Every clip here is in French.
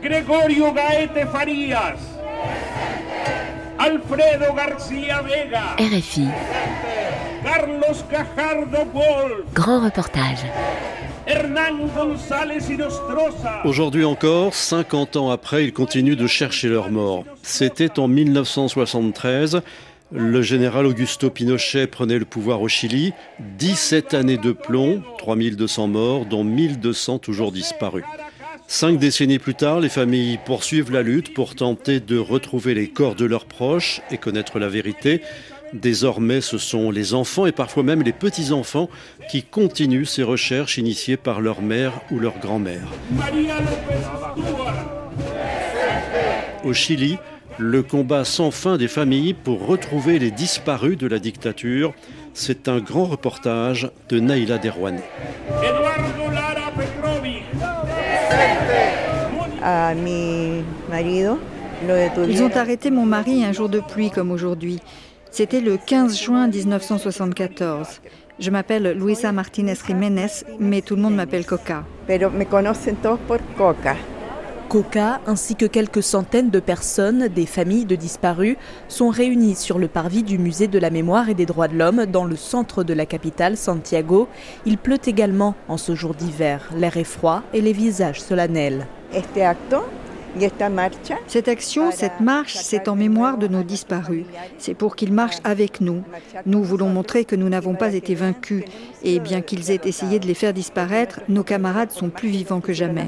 Gregorio Gaete Farías. Alfredo García Vega. RFI. Carlos Gajardo Paul. Grand reportage. Hernán González Inostroza. Aujourd'hui encore, 50 ans après, ils continuent de chercher leurs morts. C'était en 1973. Le général Augusto Pinochet prenait le pouvoir au Chili. 17 années de plomb, 3200 morts, dont 1200 toujours disparus. 5 décennies plus tard, les familles poursuivent la lutte pour tenter de retrouver les corps de leurs proches et connaître la vérité. Désormais, ce sont les enfants et parfois même les petits-enfants qui continuent ces recherches initiées par leur mère ou leur grand-mère. Au Chili, le combat sans fin des familles pour retrouver les disparus de la dictature, c'est un grand reportage de Naïla Derouane. Ils ont arrêté mon mari un jour de pluie comme aujourd'hui. C'était le 15 juin 1974. Je m'appelle Luisa Martínez Jiménez, mais tout le monde m'appelle Coca. Coca, ainsi que quelques centaines de personnes, des familles de disparus, sont réunies sur le parvis du musée de la mémoire et des droits de l'homme dans le centre de la capitale, Santiago. Il pleut également en ce jour d'hiver. L'air est froid et les visages solennels. Cette action, cette marche, c'est en mémoire de nos disparus. C'est pour qu'ils marchent avec nous. Nous voulons montrer que nous n'avons pas été vaincus. Et bien qu'ils aient essayé de les faire disparaître, nos camarades sont plus vivants que jamais.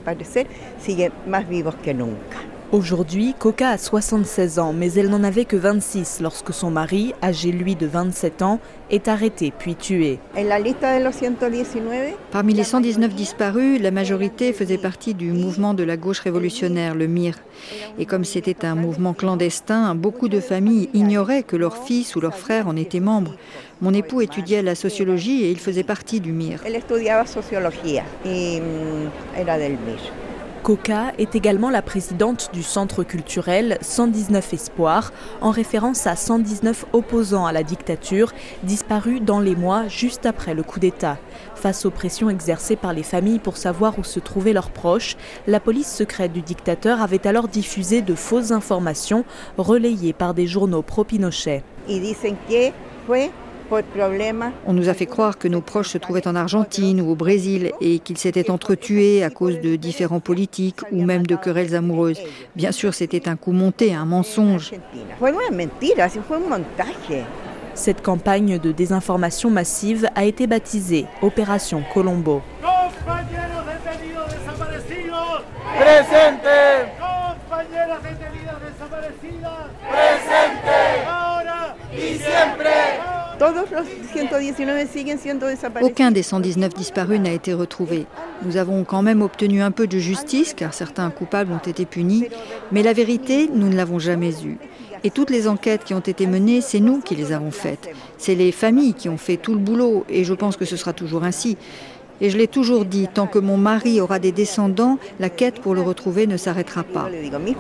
Aujourd'hui, Coca a 76 ans, mais elle n'en avait que 26 lorsque son mari, âgé lui de 27 ans, est arrêté puis tué. Parmi les 119 disparus, la majorité faisait partie du mouvement de la gauche révolutionnaire, le MIR. Et comme c'était un mouvement clandestin, beaucoup de familles ignoraient que leur fils ou leur frère en était membre. Mon époux étudiait la sociologie et il faisait partie du MIR. Coca est également la présidente du centre culturel 119 Espoirs, en référence à 119 opposants à la dictature, disparus dans les mois juste après le coup d'État. Face aux pressions exercées par les familles pour savoir où se trouvaient leurs proches, la police secrète du dictateur avait alors diffusé de fausses informations relayées par des journaux pro-Pinochet. On nous a fait croire que nos proches se trouvaient en Argentine ou au Brésil et qu'ils s'étaient entretués à cause de différends politiques ou même de querelles amoureuses. Bien sûr, c'était un coup monté, un mensonge. Cette campagne de désinformation massive a été baptisée Opération Colombo. Aucun des 119 disparus n'a été retrouvé. Nous avons quand même obtenu un peu de justice, car certains coupables ont été punis, mais la vérité, nous ne l'avons jamais eue. Et toutes les enquêtes qui ont été menées, c'est nous qui les avons faites. C'est les familles qui ont fait tout le boulot, et je pense que ce sera toujours ainsi. Et je l'ai toujours dit, tant que mon mari aura des descendants, la quête pour le retrouver ne s'arrêtera pas.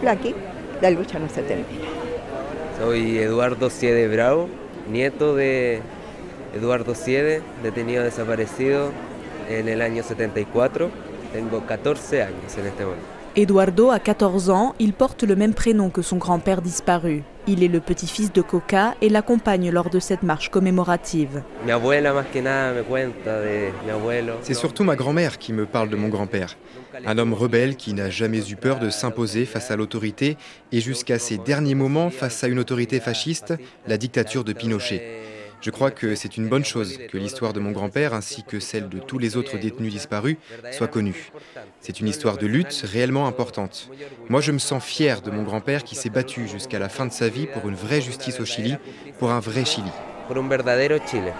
Soy Eduardo Siede Bravo, nieto de Eduardo Siede, detenido desaparecido en el año 74. Tengo 14 años en este momento. Eduardo a 14 ans, il porte le même prénom que son grand-père disparu. Il est le petit-fils de Coca et l'accompagne lors de cette marche commémorative. C'est surtout ma grand-mère qui me parle de mon grand-père. Un homme rebelle qui n'a jamais eu peur de s'imposer face à l'autorité et jusqu'à ses derniers moments face à une autorité fasciste, la dictature de Pinochet. Je crois que c'est une bonne chose que l'histoire de mon grand-père ainsi que celle de tous les autres détenus disparus soit connue. C'est une histoire de lutte réellement importante. Moi, je me sens fier de mon grand-père qui s'est battu jusqu'à la fin de sa vie pour une vraie justice au Chili, pour un vrai Chili. Por un verdadero Chile.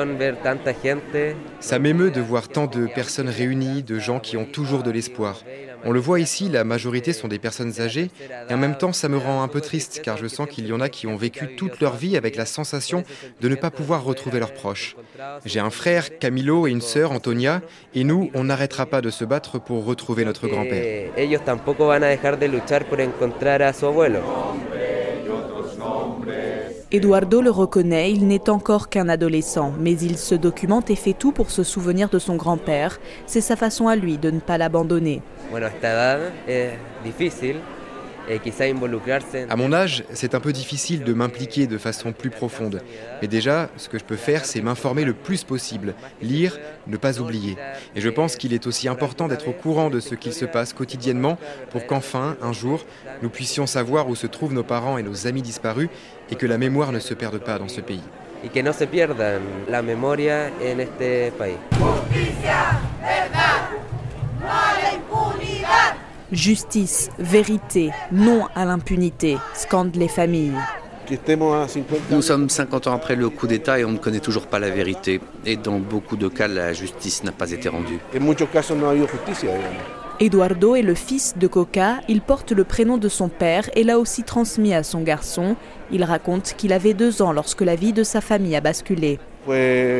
Ça m'émeut de voir tant de personnes réunies, de gens qui ont toujours de l'espoir. On le voit ici, la majorité sont des personnes âgées, et en même temps ça me rend un peu triste, car je sens qu'il y en a qui ont vécu toute leur vie avec la sensation de ne pas pouvoir retrouver leurs proches. J'ai un frère, Camilo, et une sœur, Antonia, et nous, on n'arrêtera pas de se battre pour retrouver notre grand-père. Ellos tampoco van a dejar de luchar por encontrar a su abuelo. Eduardo le reconnaît, il n'est encore qu'un adolescent, mais il se documente et fait tout pour se souvenir de son grand-père. C'est sa façon à lui de ne pas l'abandonner. À mon âge, c'est un peu difficile de m'impliquer de façon plus profonde. Mais déjà, ce que je peux faire, c'est m'informer le plus possible, lire, ne pas oublier. Et je pense qu'il est aussi important d'être au courant de ce qu'il se passe quotidiennement pour qu'enfin, un jour, nous puissions savoir où se trouvent nos parents et nos amis disparus et que la mémoire ne se perde pas dans ce pays. Et que no se pierdan la memoria en este país. Justice, vérité, non à l'impunité, scandent les familles. Nous sommes 50 ans après le coup d'État et on ne connaît toujours pas la vérité. Et dans beaucoup de cas, la justice n'a pas été rendue. Eduardo est le fils de Coca, il porte le prénom de son père et l'a aussi transmis à son garçon. Il raconte qu'il avait 2 ans lorsque la vie de sa famille a basculé. Mon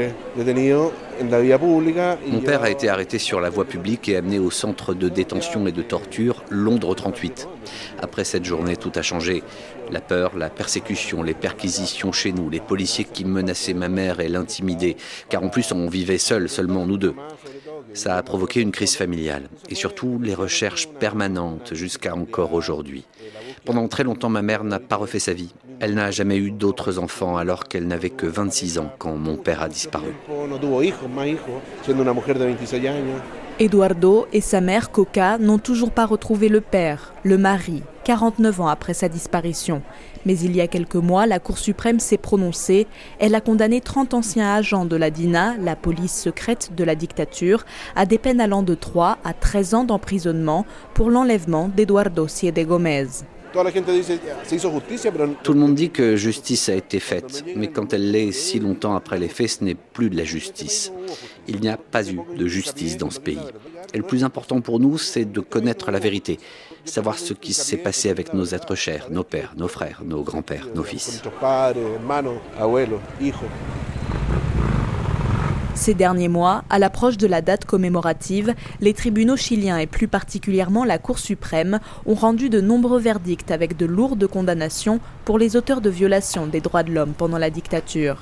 père a été arrêté sur la voie publique et amené au centre de détention et de torture, Londres 38. Après cette journée, tout a changé. La peur, la persécution, les perquisitions chez nous, les policiers qui menaçaient ma mère et l'intimidaient, car en plus on vivait seulement nous deux. Ça a provoqué une crise familiale et surtout les recherches permanentes jusqu'à encore aujourd'hui. Pendant très longtemps, ma mère n'a pas refait sa vie. Elle n'a jamais eu d'autres enfants alors qu'elle n'avait que 26 ans quand mon père a disparu. Eduardo et sa mère Coca n'ont toujours pas retrouvé le père, le mari, 49 ans après sa disparition. Mais il y a quelques mois, la Cour suprême s'est prononcée. Elle a condamné 30 anciens agents de la DINA, la police secrète de la dictature, à des peines allant de 3 à 13 ans d'emprisonnement pour l'enlèvement d'Eduardo Siede Gomez. Tout le monde dit que justice a été faite, mais quand elle l'est si longtemps après les faits, ce n'est plus de la justice. Il n'y a pas eu de justice dans ce pays. Et le plus important pour nous, c'est de connaître la vérité, savoir ce qui s'est passé avec nos êtres chers, nos pères, nos frères, nos grands-pères, nos fils. Ces derniers mois, à l'approche de la date commémorative, les tribunaux chiliens et plus particulièrement la Cour suprême ont rendu de nombreux verdicts avec de lourdes condamnations pour les auteurs de violations des droits de l'homme pendant la dictature.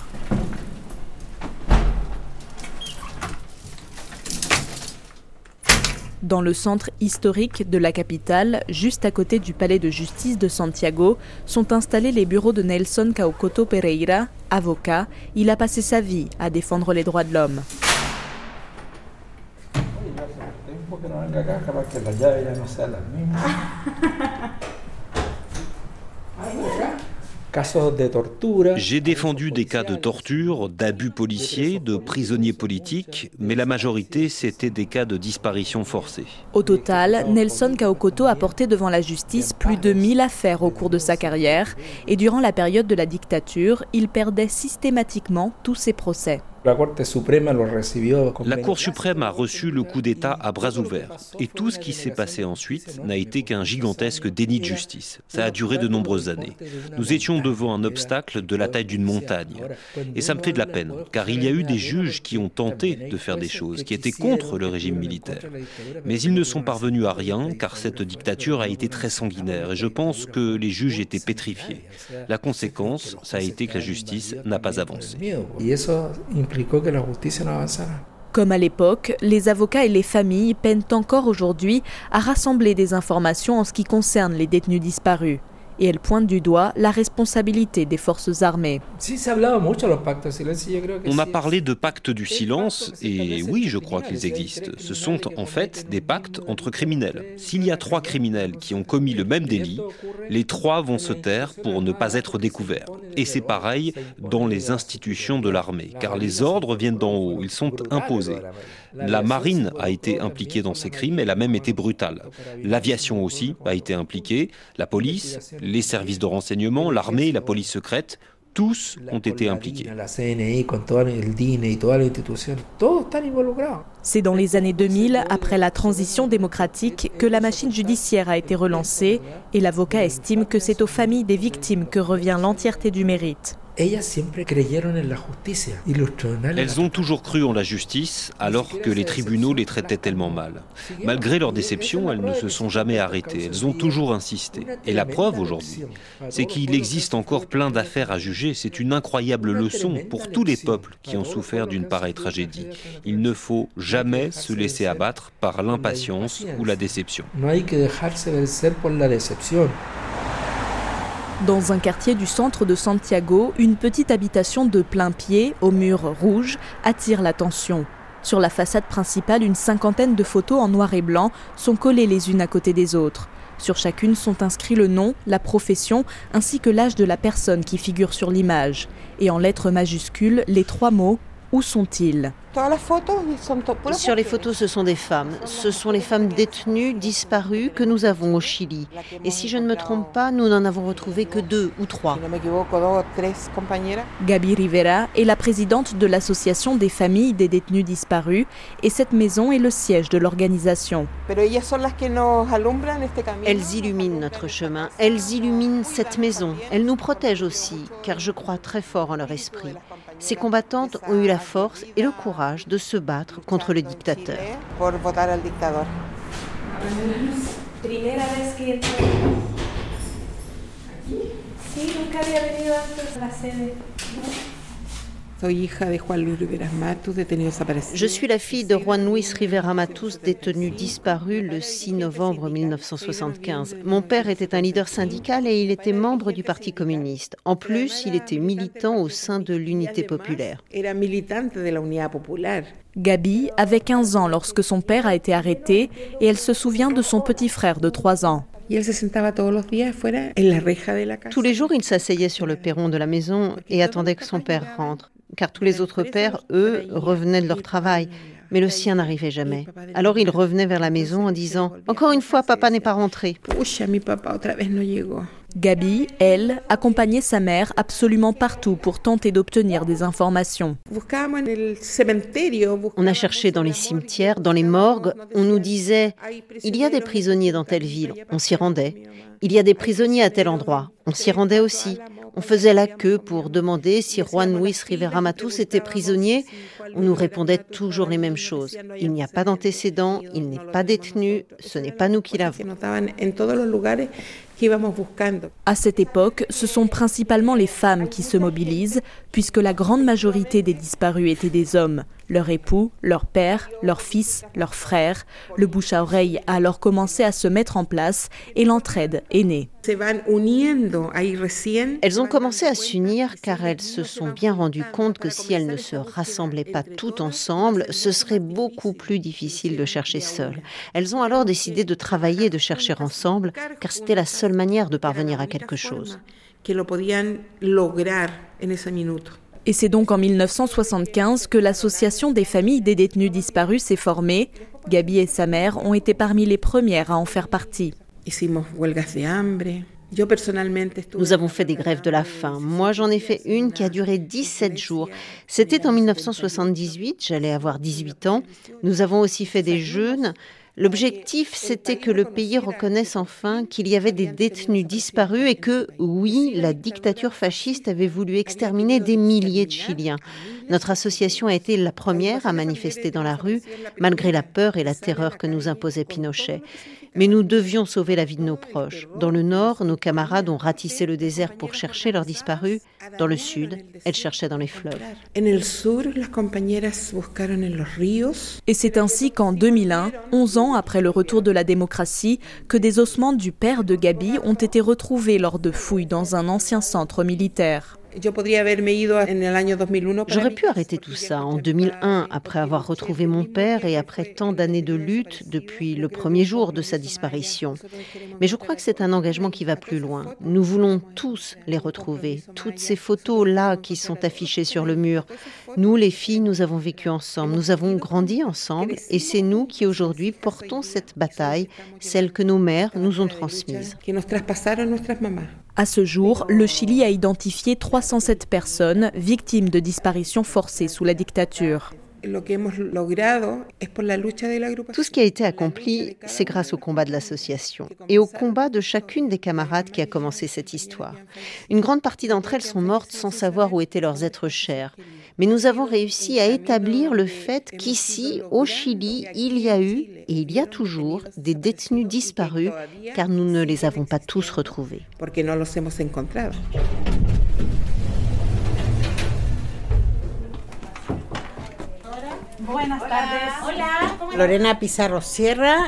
Dans le centre historique de la capitale, juste à côté du palais de justice de Santiago, sont installés les bureaux de Nelson Caucoto Pereira, avocat. Il a passé sa vie à défendre les droits de l'homme. J'ai défendu des cas de torture, d'abus policiers, de prisonniers politiques, mais la majorité, c'était des cas de disparition forcée. Au total, Nelson Caucoto a porté devant la justice plus de 1000 affaires au cours de sa carrière et durant la période de la dictature, il perdait systématiquement tous ses procès. La Cour suprême a reçu le coup d'État à bras ouverts. Et tout ce qui s'est passé ensuite n'a été qu'un gigantesque déni de justice. Ça a duré de nombreuses années. Nous étions devant un obstacle de la taille d'une montagne. Et ça me fait de la peine, car il y a eu des juges qui ont tenté de faire des choses, qui étaient contre le régime militaire. Mais ils ne sont parvenus à rien, car cette dictature a été très sanguinaire. Et je pense que les juges étaient pétrifiés. La conséquence, ça a été que la justice n'a pas avancé. Comme à l'époque, les avocats et les familles peinent encore aujourd'hui à rassembler des informations en ce qui concerne les détenus disparus. Et elle pointe du doigt la responsabilité des forces armées. On a parlé de pactes du silence, et oui, je crois qu'ils existent. Ce sont en fait des pactes entre criminels. S'il y a 3 criminels qui ont commis le même délit, les 3 vont se taire pour ne pas être découverts. Et c'est pareil dans les institutions de l'armée, car les ordres viennent d'en haut, ils sont imposés. La marine a été impliquée dans ces crimes, elle a même été brutale. L'aviation aussi a été impliquée, la police, les services de renseignement, l'armée, la police secrète, Tous ont été impliqués. C'est dans les années 2000, après la transition démocratique, que la machine judiciaire a été relancée et l'avocat estime que c'est aux familles des victimes que revient l'entièreté du mérite. Elles ont toujours cru en la justice, alors que les tribunaux les traitaient tellement mal. Malgré leur déception, elles ne se sont jamais arrêtées. Elles ont toujours insisté. Et la preuve aujourd'hui, c'est qu'il existe encore plein d'affaires à juger. C'est une incroyable leçon pour tous les peuples qui ont souffert d'une pareille tragédie. Il ne faut jamais se laisser abattre par l'impatience ou la déception. Dans un quartier du centre de Santiago, une petite habitation de plain-pied, aux murs rouges, attire l'attention. Sur la façade principale, une cinquantaine de photos en noir et blanc sont collées les unes à côté des autres. Sur chacune sont inscrits le nom, la profession, ainsi que l'âge de la personne qui figure sur l'image. Et en lettres majuscules, les 3 mots « Où sont-ils » ? Sur les photos, ce sont des femmes. Ce sont les femmes détenues, disparues, que nous avons au Chili. Et si je ne me trompe pas, nous n'en avons retrouvé que 2 ou 3. Gaby Rivera est la présidente de l'association des familles des détenus disparus et cette maison est le siège de l'organisation. Elles illuminent notre chemin, elles illuminent cette maison. Elles nous protègent aussi, car je crois très fort en leur esprit. Ces combattantes ont eu la force et le courage de se battre contre le dictateur. Je suis la fille de Juan Luis Rivera Matus, détenu disparu le 6 novembre 1975. Mon père était un leader syndical et il était membre du Parti communiste. En plus, il était militant au sein de l'Unité populaire. Gaby avait 15 ans lorsque son père a été arrêté et elle se souvient de son petit frère de 3 ans. Tous les jours, il s'asseyait sur le perron de la maison et attendait que son père rentre. Car tous les autres pères, eux, revenaient de leur travail. Mais le sien n'arrivait jamais. Alors il revenait vers la maison en disant « Encore une fois, papa n'est pas rentré ». Gaby, elle, accompagnait sa mère absolument partout pour tenter d'obtenir des informations. On a cherché dans les cimetières, dans les morgues. On nous disait « Il y a des prisonniers dans telle ville ». On s'y rendait. « Il y a des prisonniers à tel endroit ». On s'y rendait aussi. On faisait la queue pour demander si Juan Luis Rivera Matus était prisonnier. On nous répondait toujours les mêmes choses. Il n'y a pas d'antécédent, il n'est pas détenu, ce n'est pas nous qui l'avons. À cette époque, ce sont principalement les femmes qui se mobilisent, puisque la grande majorité des disparus étaient des hommes. Leur époux, leur père, leur fils, leurs frères. Le bouche à oreille a alors commencé à se mettre en place et l'entraide est née. Elles ont commencé à s'unir car elles se sont bien rendues compte que si elles ne se rassemblaient pas toutes ensemble, ce serait beaucoup plus difficile de chercher seules. Elles ont alors décidé de travailler et de chercher ensemble car c'était la seule manière de parvenir à quelque chose. Et c'est donc en 1975 que l'association des familles des détenus disparus s'est formée. Gaby et sa mère ont été parmi les premières à en faire partie. Nous avons fait des grèves de la faim. Moi, j'en ai fait une qui a duré 17 jours. C'était en 1978, j'allais avoir 18 ans. Nous avons aussi fait des jeûnes. L'objectif, c'était que le pays reconnaisse enfin qu'il y avait des détenus disparus et que, oui, la dictature fasciste avait voulu exterminer des milliers de Chiliens. Notre association a été la première à manifester dans la rue, malgré la peur et la terreur que nous imposait Pinochet. Mais nous devions sauver la vie de nos proches. Dans le nord, nos camarades ont ratissé le désert pour chercher leurs disparus. Dans le sud, elles cherchaient dans les fleuves. Et c'est ainsi qu'en 2001, 11 ans après le retour de la démocratie, que des ossements du père de Gaby ont été retrouvés lors de fouilles dans un ancien centre militaire. J'aurais pu arrêter tout ça en 2001, après avoir retrouvé mon père et après tant d'années de lutte depuis le premier jour de sa disparition. Mais je crois que c'est un engagement qui va plus loin. Nous voulons tous les retrouver, toutes ces photos-là qui sont affichées sur le mur. Nous, les filles, nous avons vécu ensemble, nous avons grandi ensemble et c'est nous qui aujourd'hui portons cette bataille, celle que nos mères nous ont transmise. À ce jour, le Chili a identifié 307 personnes victimes de disparitions forcées sous la dictature. Tout ce qui a été accompli, c'est grâce au combat de l'association et au combat de chacune des camarades qui a commencé cette histoire. Une grande partie d'entre elles sont mortes sans savoir où étaient leurs êtres chers. Mais nous avons réussi à établir le fait qu'ici, au Chili, il y a eu et il y a toujours des détenus disparus car nous ne les avons pas tous retrouvés. Lorena Pizarro Sierra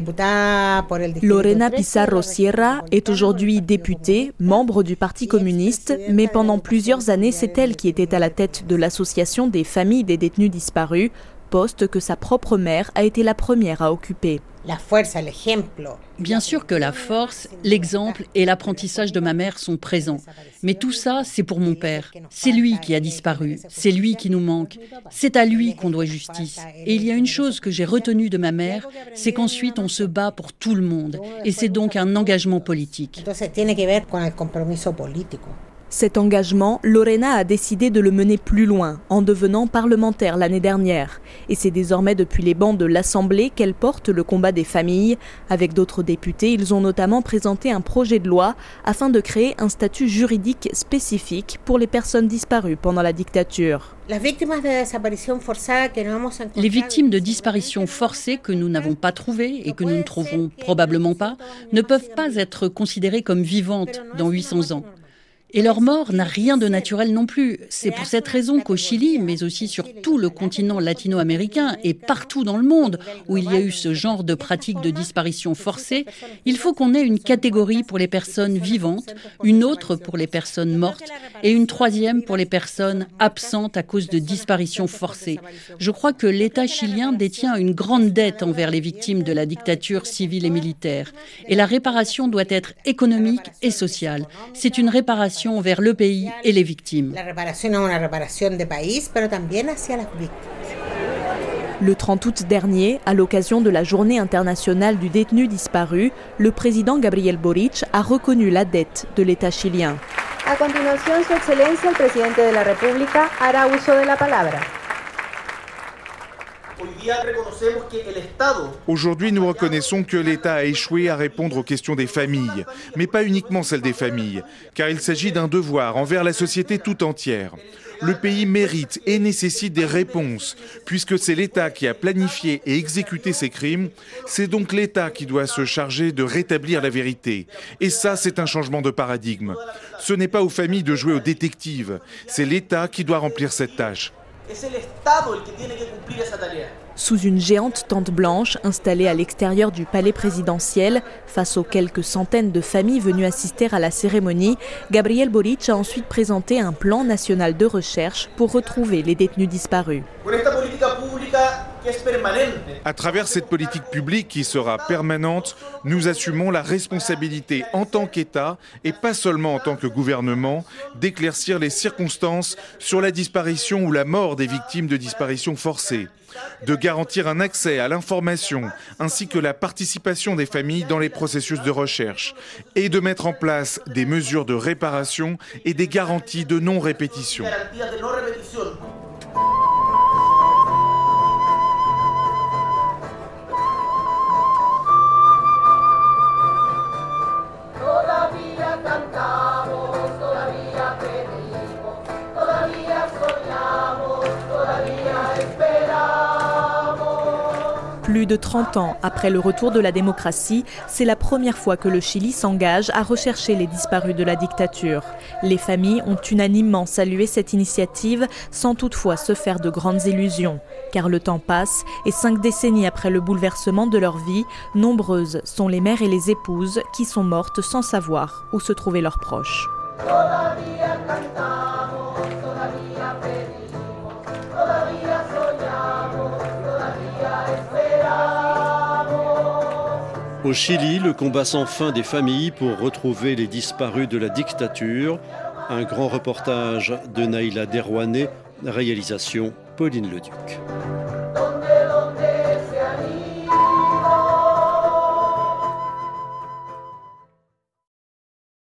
est aujourd'hui députée, membre du Parti communiste, mais pendant plusieurs années, c'est elle qui était à la tête de l'association des familles des détenus disparus, poste que sa propre mère a été la première à occuper. Bien sûr que la force, l'exemple et l'apprentissage de ma mère sont présents. Mais tout ça, c'est pour mon père. C'est lui qui a disparu. C'est lui qui nous manque. C'est à lui qu'on doit justice. Et il y a une chose que j'ai retenue de ma mère, c'est qu'ensuite on se bat pour tout le monde. Et c'est donc un engagement politique. Cet engagement, Lorena a décidé de le mener plus loin, en devenant parlementaire l'année dernière. Et c'est désormais depuis les bancs de l'Assemblée qu'elle porte le combat des familles. Avec d'autres députés, ils ont notamment présenté un projet de loi afin de créer un statut juridique spécifique pour les personnes disparues pendant la dictature. Les victimes de disparition forcée que nous n'avons pas trouvées et que nous ne trouverons probablement pas ne peuvent pas être considérées comme vivantes dans 800 ans. Et leur mort n'a rien de naturel non plus. C'est pour cette raison qu'au Chili, mais aussi sur tout le continent latino-américain et partout dans le monde où il y a eu ce genre de pratique de disparition forcée, il faut qu'on ait une catégorie pour les personnes vivantes, une autre pour les personnes mortes et une troisième pour les personnes absentes à cause de disparition forcée. Je crois que l'État chilien détient une grande dette envers les victimes de la dictature civile et militaire. Et la réparation doit être économique et sociale. C'est une réparation vers le pays et les victimes. Le 30 août dernier, à l'occasion de la Journée internationale du détenu disparu, le président Gabriel Boric a reconnu la dette de l'État chilien. A continuación, Su Excelencia, el presidente de la República, hará uso de la palabra. Aujourd'hui, nous reconnaissons que l'État a échoué à répondre aux questions des familles, mais pas uniquement celles des familles, car il s'agit d'un devoir envers la société tout entière. Le pays mérite et nécessite des réponses, puisque c'est l'État qui a planifié et exécuté ces crimes. C'est donc l'État qui doit se charger de rétablir la vérité. Et ça, c'est un changement de paradigme. Ce n'est pas aux familles de jouer aux détectives, c'est l'État qui doit remplir cette tâche. Sous une géante tente blanche installée à l'extérieur du palais présidentiel, face aux quelques centaines de familles venues assister à la cérémonie, Gabriel Boric a ensuite présenté un plan national de recherche pour retrouver les détenus disparus. À travers cette politique publique qui sera permanente, nous assumons la responsabilité en tant qu'État, et pas seulement en tant que gouvernement, d'éclaircir les circonstances sur la disparition ou la mort des victimes de disparition forcée, de garantir un accès à l'information ainsi que la participation des familles dans les processus de recherche et de mettre en place des mesures de réparation et des garanties de non-répétition. Plus de 30 ans après le retour de la démocratie, c'est la première fois que le Chili s'engage à rechercher les disparus de la dictature. Les familles ont unanimement salué cette initiative sans toutefois se faire de grandes illusions. Car le temps passe et 5 décennies après le bouleversement de leur vie, nombreuses sont les mères et les épouses qui sont mortes sans savoir où se trouvaient leurs proches. Au Chili, le combat sans fin des familles pour retrouver les disparus de la dictature. Un grand reportage de Naïla Derouané Réalisation Pauline Leduc.